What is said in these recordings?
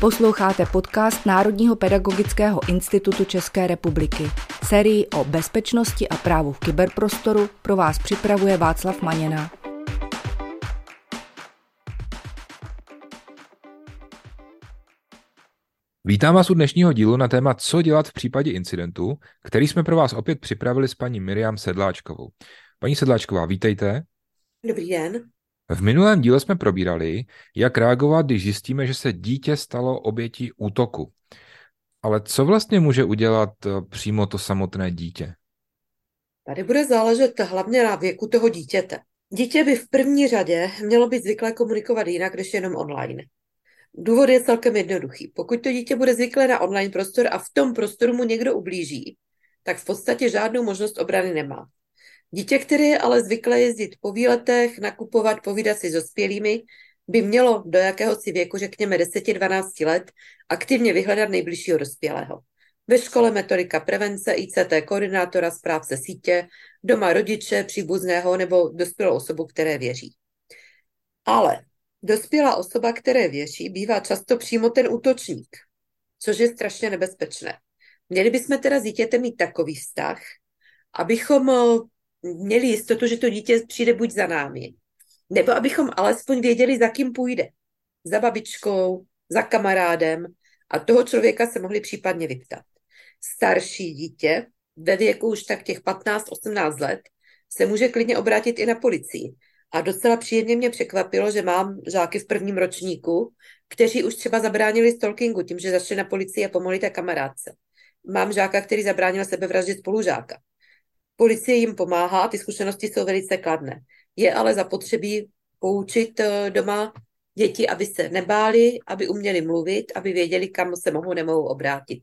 Posloucháte podcast Národního pedagogického institutu České republiky. Sérii o bezpečnosti a právu v kyberprostoru pro vás připravuje Václav Maněna. Vítám vás u dnešního dílu na téma Co dělat v případě incidentu, který jsme pro vás opět připravili s paní Miriam Sedláčkovou. Paní Sedláčková, vítejte. Dobrý den. V minulém díle jsme probírali, jak reagovat, když zjistíme, že se dítě stalo obětí útoku. Ale co vlastně může udělat přímo to samotné dítě? Tady bude záležet hlavně na věku toho dítěte. Dítě by v první řadě mělo být zvyklé komunikovat jinak, než jenom online. Důvod je celkem jednoduchý. Pokud to dítě bude zvyklé na online prostor a v tom prostoru mu někdo ublíží, tak v podstatě žádnou možnost obrany nemá. Dítě, které je ale zvyklé jezdit po výletech, nakupovat, povídat si s dospělými, by mělo do jakéhosi věku, řekněme 10-12 let, aktivně vyhledat nejbližšího dospělého. Ve škole metodika prevence, ICT koordinátora, správce sítě, doma rodiče, příbuzného nebo dospělou osobu, které věří. Ale dospělá osoba, které věří, bývá často přímo ten útočník, což je strašně nebezpečné. Měli bychom teda s dítětem mít takový vztah, abychom měli jistotu, že to dítě přijde buď za námi, nebo abychom alespoň věděli, za kým půjde. Za babičkou, za kamarádem a toho člověka se mohli případně vyptat. Starší dítě ve věku už tak těch 15-18 let se může klidně obrátit i na policii. A docela příjemně mě překvapilo, že mám žáky v prvním ročníku, kteří už třeba zabránili stalkingu tím, že zašli na policii a pomohli té kamarádce. Mám žáka, který zabránil sebevraždit spolužáka. Policie jim pomáhá, ty zkušenosti jsou velice kladné. Je ale zapotřebí poučit doma děti, aby se nebáli, aby uměli mluvit, aby věděli, kam se mohou, nemohou obrátit.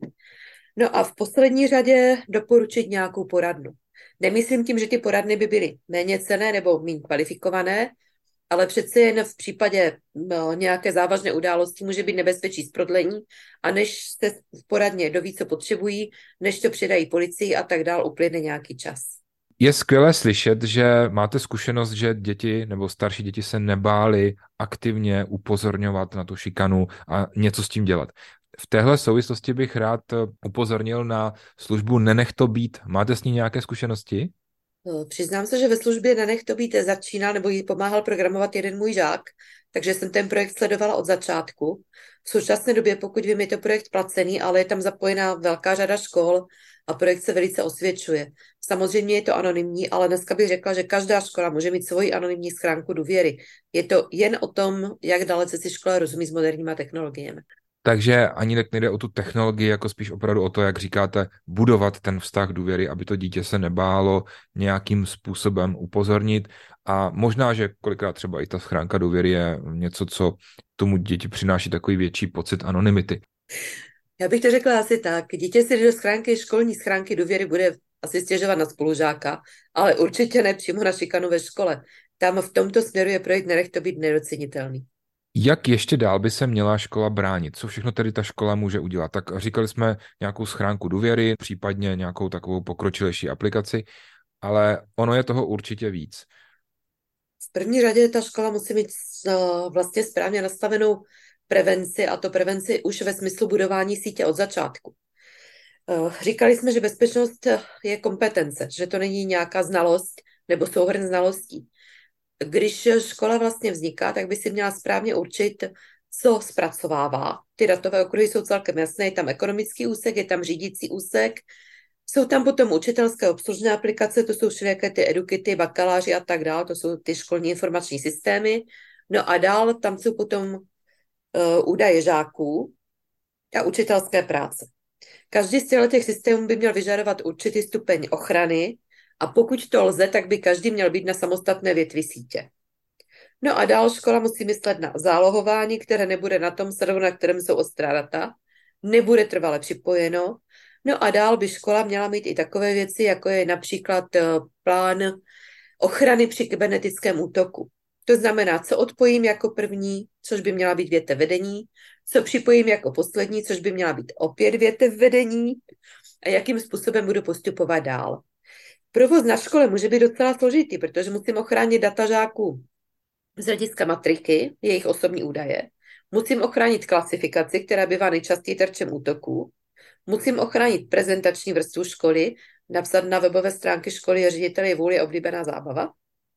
No a v poslední řadě doporučit nějakou poradnu. Nemyslím tím, že ty poradny by byly méně cenné nebo méně kvalifikované, ale přece jen v případě nějaké závažné události může být nebezpečí z prodlení a než se v poradně doví, co potřebují, než to předají policii a tak dál, uplyne nějaký čas. Je skvělé slyšet, že máte zkušenost, že děti nebo starší děti se nebáli aktivně upozorňovat na tu šikanu a něco s tím dělat. V téhle souvislosti bych rád upozornil na službu Nenech to být. Máte s ní nějaké zkušenosti? Přiznám se, že ve službě Nenech to být začínal nebo jí pomáhal programovat jeden můj žák, takže jsem ten projekt sledovala od začátku. V současné době, pokud vím, je to projekt placený, ale je tam zapojená velká řada škol a projekt se velice osvědčuje. Samozřejmě je to anonymní, ale dneska bych řekla, že každá škola může mít svoji anonymní schránku důvěry. Je to jen o tom, jak dalece si škola rozumí s moderníma technologiemi. Takže ani tak nejde o tu technologii, jako spíš opravdu o to, jak říkáte, budovat ten vztah důvěry, aby to dítě se nebálo nějakým způsobem upozornit. A možná, že kolikrát třeba i ta schránka důvěry je něco, co tomu děti přináší takový větší pocit anonymity. Já bych to řekla asi tak. Dítě si do schránky, školní schránky důvěry bude asi stěžovat na spolužáka, ale určitě ne přímo na šikanu ve škole. Tam v tomto směru je projekt Nenech to být nedocenitelný. Jak ještě dál by se měla škola bránit? Co všechno tedy ta škola může udělat? Tak říkali jsme nějakou schránku důvěry, případně nějakou takovou pokročilejší aplikaci, ale ono je toho určitě víc. V první řadě ta škola musí mít vlastně správně nastavenou prevenci, a to prevenci už ve smyslu budování sítě od začátku. Říkali jsme, že bezpečnost je kompetence, že to není nějaká znalost nebo souhrn znalostí. Když škola vlastně vzniká, tak by si měla správně určit, co zpracovává. Ty datové okruhy jsou celkem jasné, je tam ekonomický úsek, je tam řídící úsek, jsou tam potom učitelské obslužné aplikace, to jsou všelijaké ty edukity, bakaláři a tak dále, to jsou ty školní informační systémy. No a dál tam jsou potom údaje žáků a učitelské práce. Každý z těch systémů by měl vyžadovat určitý stupeň ochrany, a pokud to lze, tak by každý měl být na samostatné větvi sítě. No a dál škola musí myslet na zálohování, které nebude na tom serveru, na kterém jsou ostrá data, nebude trvale připojeno. No a dál by škola měla mít i takové věci, jako je například plán ochrany při kybernetickém útoku. To znamená, co odpojím jako první, což by měla být větev vedení, co připojím jako poslední, což by měla být opět větev vedení a jakým způsobem budu postupovat dál. Provoz na škole může být docela složitý, protože musím ochránit data žáků z hlediska matriky, jejich osobní údaje. Musím ochránit klasifikaci, která bývá nejčastěji terčem útoků. Musím ochránit prezentační vrstvu školy, napsat na webové stránky školy, že ředitel je vůli oblíbená zábava.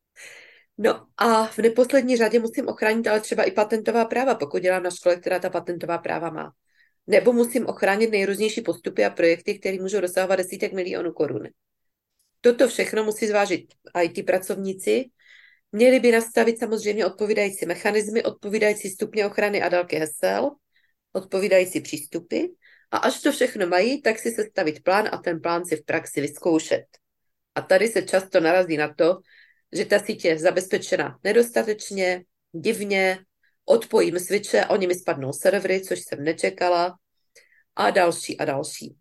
No a v neposlední řadě musím ochránit ale třeba i patentová práva, pokud dělám na škole, která ta patentová práva má. Nebo musím ochránit nejrůznější postupy a projekty, které můžou dosahovat desítek milionů korun. Toto všechno musí zvážit IT pracovníci. Měli by nastavit samozřejmě odpovídající mechanismy, odpovídající stupně ochrany a délky hesel, odpovídající přístupy a až to všechno mají, tak si sestavit plán a ten plán si v praxi vyzkoušet. A tady se často narazí na to, že ta síť je zabezpečena nedostatečně, divně, odpojím switche a oni mi spadnou servery, což jsem nečekala a další a další.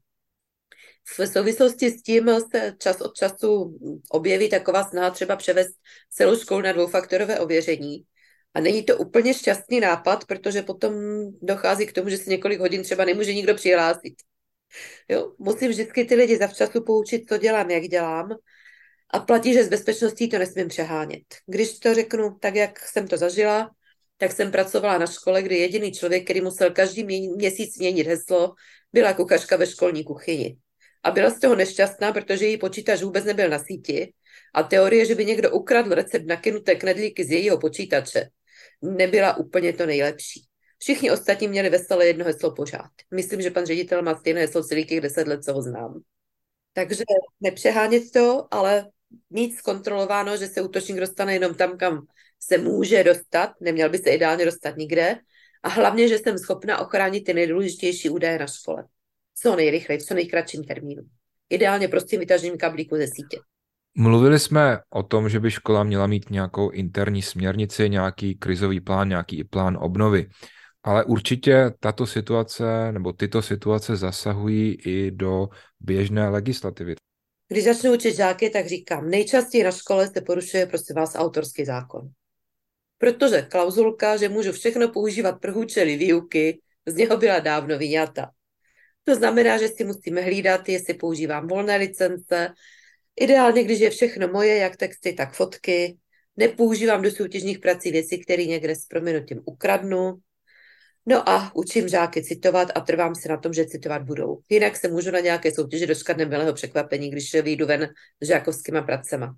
V souvislosti s tím se čas od času objeví taková snaha třeba převést celou školu na dvoufaktorové ověření. A není to úplně šťastný nápad, protože potom dochází k tomu, že se několik hodin třeba nemůže nikdo přihlásit. Jo? Musím vždycky ty lidi zavčasu poučit, co dělám, jak dělám. A platí, že s bezpečností to nesmím přehánět. Když to řeknu tak, jak jsem to zažila, tak jsem pracovala na škole, kdy jediný člověk, který musel každý měsíc měnit heslo, byla kuchařka ve školní kuchyni. A byla z toho nešťastná, protože její počítač vůbec nebyl na síti a teorie, že by někdo ukradl recept na kynuté knedlíky z jejího počítače, nebyla úplně to nejlepší. Všichni ostatní měli veselé jedno heslo pořád. Myslím, že pan ředitel má stejné heslo celých těch 10 let, co ho znám. Takže nepřehánět to, ale mít zkontrolováno, že se útočník dostane jenom tam, kam se může dostat, neměl by se ideálně dostat nikde, a hlavně, že jsem schopna ochránit ty nejdůležitější údaje na škole. Co nejrychleji, v co nejkratším termínu. Ideálně prostým vytažením kablíku ze sítě. Mluvili jsme o tom, že by škola měla mít nějakou interní směrnici, nějaký krizový plán, nějaký plán obnovy. Ale určitě tato situace nebo tyto situace zasahují i do běžné legislativy. Když začnu učit žáky, tak říkám, nejčastěji na škole se porušuje, prosím vás, autorský zákon. Protože klauzulka, že můžu všechno používat pro účely výuky, z něho byla dávno vyňata. To znamená, že si musíme hlídat, jestli používám volné licence. Ideálně, když je všechno moje, jak texty, tak fotky. Nepoužívám do soutěžních prací věci, které někde s prominutím ukradnu. No a učím žáky citovat a trvám si na tom, že citovat budou. Jinak se můžu na nějaké soutěži dočkat nemilého překvapení, když vyjdu ven s žákovskýma pracema.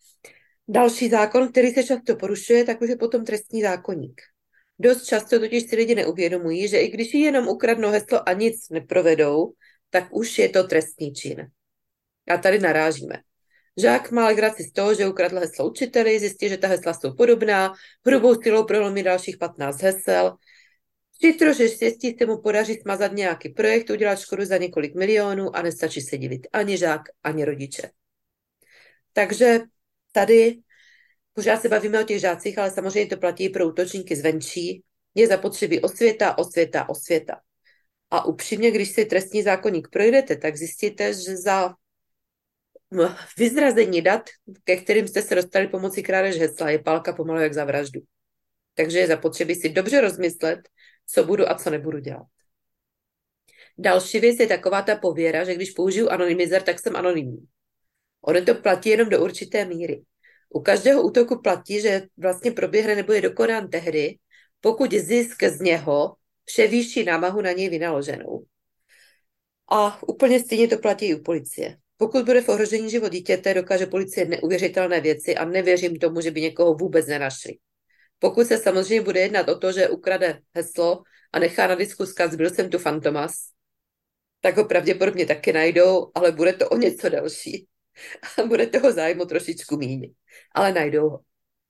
Další zákon, který se často porušuje, tak už je potom trestní zákoník. Dost často totiž si lidi neuvědomují, že i když jenom ukradnou heslo a nic neprovedou, tak už je to trestný čin. A tady narážíme. Žák má legraci z toho, že ukradl heslo učiteli, zjistí, že ta hesla jsou podobná, hrubou silou prolomí dalších 15 hesel. Při troše štěstí se mu podaří smazat nějaký projekt, udělat škodu za několik milionů a nestačí se divit ani žák, ani rodiče. Takže tady pořád se bavíme o těch žácích, ale samozřejmě to platí pro útočníky zvenčí. Je zapotřebí osvěta, osvěta, osvěta. A upřímně, když si trestní zákoník projdete, tak zjistíte, že za vyzrazení dat, ke kterým jste se dostali pomocí krádež hesla, je pálka pomalu jak za vraždu. Takže je zapotřebí si dobře rozmyslet, co budu a co nebudu dělat. Další věc je taková ta pověra, že když použiju anonymizer, tak jsem anonymní. Ono to platí jenom do určité míry. U každého útoku platí, že vlastně proběhne nebo je dokonán tehdy, pokud zisk z něho převýší námahu na něj vynaloženou. A úplně stejně to platí i u policie. Pokud bude v ohrožení život dítěte, dokáže policie neuvěřitelné věci a nevěřím tomu, že by někoho vůbec nenašli. Pokud se samozřejmě bude jednat o to, že ukrade heslo a nechá na disku vzkaz byl jsem tu Fantomas, tak ho pravděpodobně taky najdou, ale bude to o něco další. A bude toho zájmu trošičku míň. Ale najdou ho.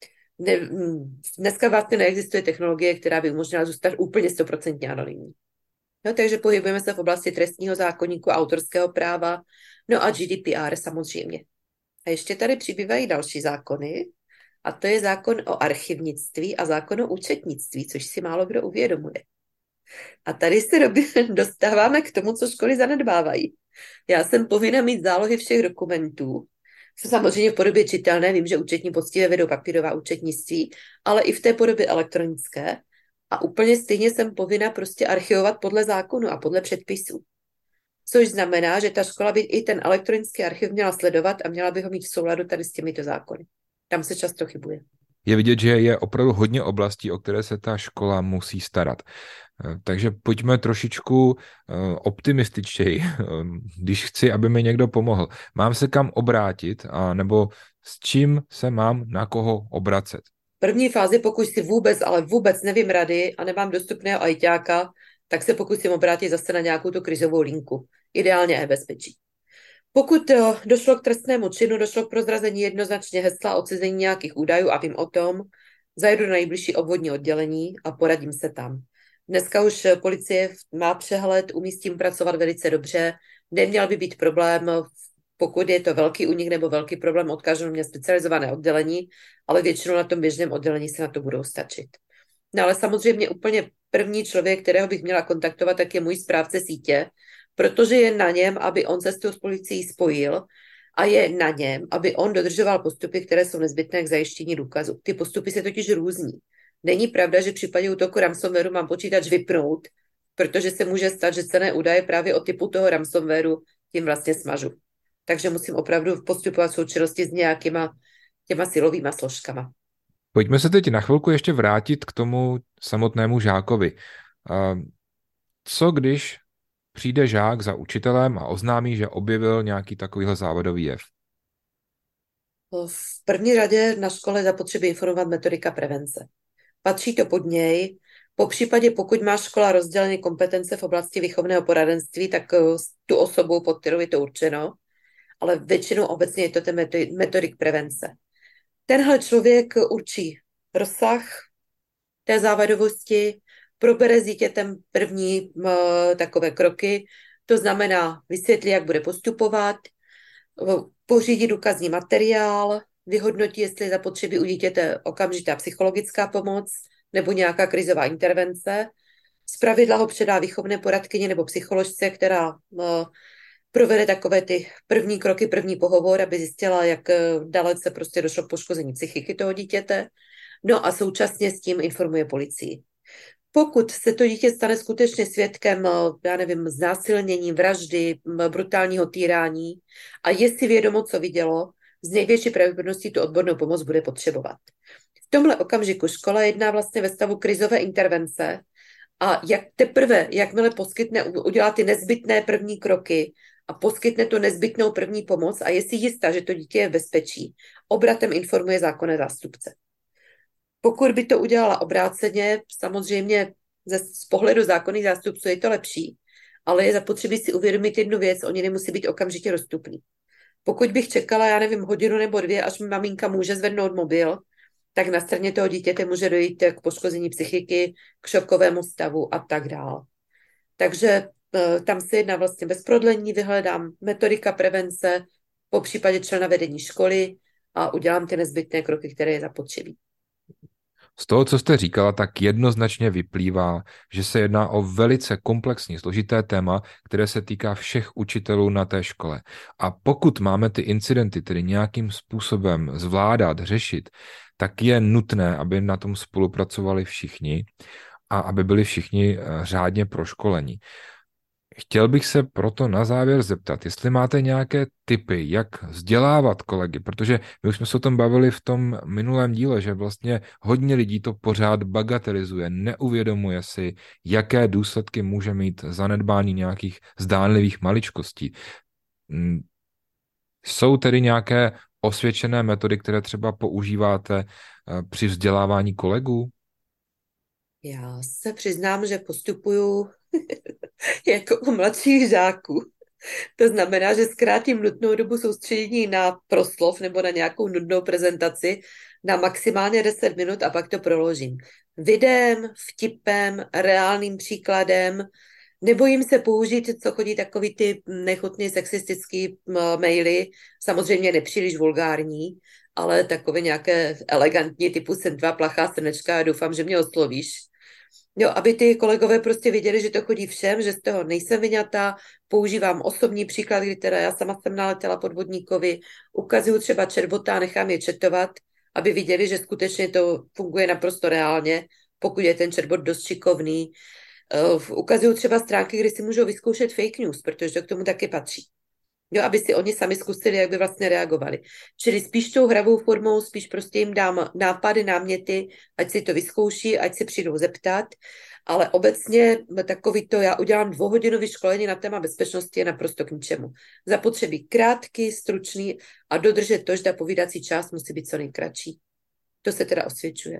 Dneska vlastně neexistuje technologie, která by umožnila zůstat úplně 100% anonymní. No, takže pohybujeme se v oblasti trestního zákoníku, autorského práva, no a GDPR samozřejmě. A ještě tady přibývají další zákony, a to je zákon o archivnictví a zákon o účetnictví, což si málo kdo uvědomuje. A tady se dostáváme k tomu, co školy zanedbávají. Já jsem povinna mít zálohy všech dokumentů, samozřejmě v podobě čitelné, vím, že účetní poctivě vedou papírová účetnictví, ale i v té podobě elektronické. A úplně stejně jsem povinna prostě archivovat podle zákonu a podle předpisů. Což znamená, že ta škola by i ten elektronický archiv měla sledovat a měla by ho mít v souladu tady s těmito zákony. Tam se často chybuje. je vidět, že je opravdu hodně oblastí, o které se ta škola musí starat. Takže pojďme trošičku optimističtěji, když chci, aby mi někdo pomohl. Mám se kam obrátit, nebo s čím se mám na koho obracet? V první fázi, pokud si ale vůbec nevím rady a nemám dostupného ajťáka, tak se pokusím obrátit zase na nějakou tu krizovou linku. Ideálně e-bezpečí. Pokud došlo k trestnému činu, došlo k prozrazení jednoznačně hesla o cizení nějakých údajů a vím o tom, zajedu na nejbližší obvodní oddělení a poradím se tam. Dneska už policie má přehled, umí s tím pracovat velice dobře, neměl by být problém, pokud je to velký únik nebo velký problém, odkážu mě specializované oddělení, ale většinou na tom běžném oddělení se na to budou stačit. No ale samozřejmě úplně první člověk, kterého bych měla kontaktovat, tak je můj správce sítě, protože je na něm, aby on se s policií spojil a je na něm, aby on dodržoval postupy, které jsou nezbytné k zajištění důkazu. Ty postupy se totiž různí. Není pravda, že v případě útoku ransomwareu mám počítač vypnout, protože se může stát, že cenné údaje právě o typu toho ransomwareu tím vlastně smažu. Takže musím opravdu postupovat v součinnosti s nějakýma těma silovýma složkama. Pojďme se teď na chvilku ještě vrátit k tomu samotnému žákovi. Co když přijde žák za učitelem a oznámí, že objevil nějaký takovýhle závadový jev? V první řadě na škole zapotřebí informovat metodika prevence. Patří to pod něj. Po případě, pokud má škola rozdělené kompetence v oblasti výchovného poradenství, tak tu osobu, pod kterou je to určeno, ale většinou obecně je to ten metodik prevence. Tenhle člověk určí rozsah té závadovosti, probere s dítětem první takové kroky, to znamená vysvětlí, jak bude postupovat, pořídí důkazní materiál, vyhodnotí, jestli zapotřebí u dítěte okamžitá psychologická pomoc nebo nějaká krizová intervence. Zpravidla ho předá výchovné poradkyni nebo psycholožce, která provede takové ty první kroky, první pohovor, aby zjistila, jak dalece prostě došlo k poškození psychiky toho dítěte. No a současně s tím informuje policii. Pokud se to dítě stane skutečně svědkem, já nevím, znásilnění, vraždy, brutálního týrání a je si vědomo, co vidělo, z největší pravděpodobností tu odbornou pomoc bude potřebovat. V tomhle okamžiku škola jedná vlastně ve stavu krizové intervence a jakmile udělá ty nezbytné první kroky a poskytne tu nezbytnou první pomoc a je si jistá, že to dítě je v bezpečí, obratem informuje zákonné zástupce. Pokud by to udělala obráceně, samozřejmě z pohledu zákonných zástupců je to lepší, ale je zapotřebí si uvědomit jednu věc, oni nemusí být okamžitě dostupní. Pokud bych čekala, já nevím, hodinu nebo dvě, až mi maminka může zvednout mobil, tak na straně toho dítěte může dojít k poškození psychiky, k šokovému stavu a tak dále. Takže tam se jedná vlastně bez prodlení, vyhledám metodika prevence, po případě člena vedení školy a udělám ty nezbytné kroky, které je zapotřebí. Z toho, co jste říkala, tak jednoznačně vyplývá, že se jedná o velice komplexní, složité téma, které se týká všech učitelů na té škole. A pokud máme ty incidenty tedy nějakým způsobem zvládat, řešit, tak je nutné, aby na tom spolupracovali všichni a aby byli všichni řádně proškoleni. Chtěl bych se proto na závěr zeptat, jestli máte nějaké tipy, jak vzdělávat kolegy, protože my už jsme se o tom bavili v tom minulém díle, že vlastně hodně lidí to pořád bagatelizuje, neuvědomuje si, jaké důsledky může mít zanedbání nějakých zdánlivých maličkostí. Jsou tedy nějaké osvědčené metody, které třeba používáte při vzdělávání kolegů? Já se přiznám, že postupuju jako u mladších žáků. To znamená, že zkrátím nutnou dobu soustředění na proslov nebo na nějakou nudnou prezentaci na maximálně 10 minut a pak to proložím. Videem, vtipem, reálným příkladem. Nebojím se použít, co chodí takový ty nechutný sexistický maily, samozřejmě nepříliš vulgární, ale takové nějaké elegantní typu jsem dva plachá srnečka a doufám, že mě oslovíš. Jo, aby ty kolegové prostě viděli, že to chodí všem, že z toho nejsem vyňatá, používám osobní příklad, kdy teda já sama jsem naletěla podvodníkovi, ukazuju třeba chatbota, nechám je chatovat, aby viděli, že skutečně to funguje naprosto reálně, pokud je ten chatbot dost šikovný. Ukazuju třeba stránky, kde si můžou vyzkoušet fake news, protože to k tomu taky patří. Jo, aby si oni sami zkusili, jak by vlastně reagovali. Čili spíš tou hravou formou, spíš prostě jim dám nápady, náměty, ať si to vyzkouší, ať si přijdou zeptat, ale obecně takový to, já udělám 2hodinový školení na téma bezpečnosti je naprosto k ničemu. Zapotřebí krátký, stručný a dodržet to, že ta povídací část musí být co nejkratší. To se teda osvědčuje.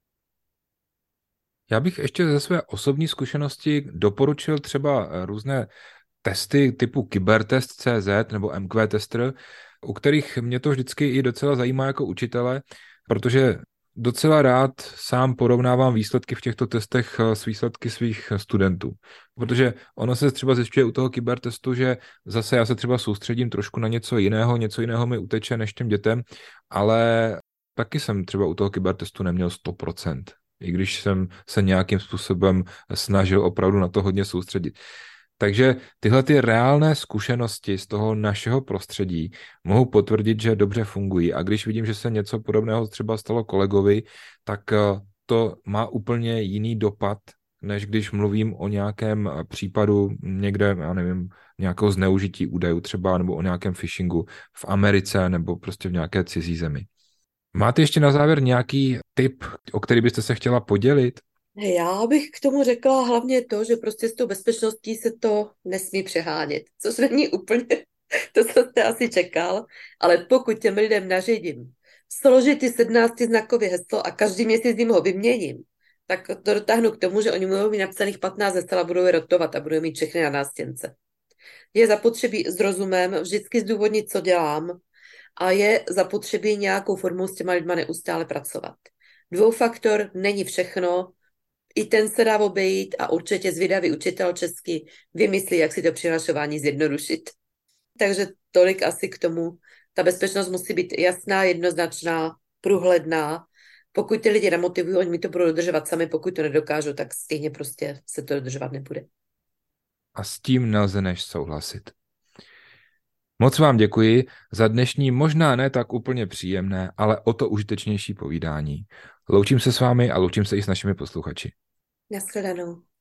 Já bych ještě ze své osobní zkušenosti doporučil třeba různé testy typu Kybertest.cz nebo MQ Tester, u kterých mě to vždycky i docela zajímá jako učitele, protože docela rád sám porovnávám výsledky v těchto testech s výsledky svých studentů. Protože ono se třeba zjišťuje u toho kybertestu, že zase já se třeba soustředím trošku na něco jiného mi uteče než těm dětem, ale taky jsem třeba u toho kybertestu neměl 100%, i když jsem se nějakým způsobem snažil opravdu na to hodně soustředit. Takže tyhle ty reálné zkušenosti z toho našeho prostředí mohu potvrdit, že dobře fungují. A když vidím, že se něco podobného třeba stalo kolegovi, tak to má úplně jiný dopad, než když mluvím o nějakém případu někde, já nevím, nějakého zneužití údajů třeba, nebo o nějakém phishingu v Americe, nebo prostě v nějaké cizí zemi. Máte ještě na závěr nějaký tip, o který byste se chtěla podělit? Já bych k tomu řekla hlavně to, že prostě s tou bezpečností se to nesmí přehánět, což není úplně to, co jste asi čekal, ale pokud těm lidem nařídím složit ty 17znakové heslo a každý měsíc jim ho vyměním, tak to dotáhnu k tomu, že oni budou mít napsaných 15 hesel a budou je rotovat a budou mít všechny na nástěnce. Je zapotřebí s rozumem vždycky zdůvodnit, co dělám a je zapotřebí nějakou formou s těma lidma neustále pracovat. Dvoufaktor není všechno, i ten se dá obejít a určitě zvědavý učitel česky vymyslí, jak si to přihlašování zjednodušit. Takže tolik asi k tomu. Ta bezpečnost musí být jasná, jednoznačná, průhledná. Pokud ty lidi namotivují, oni mi to budou dodržovat sami, pokud to nedokážou, tak stejně prostě se to dodržovat nebude. A s tím nelze než souhlasit. Moc vám děkuji za dnešní možná ne tak úplně příjemné, ale o to užitečnější povídání. Loučím se s vámi a loučím se i s našimi posluchači. Nashledanou.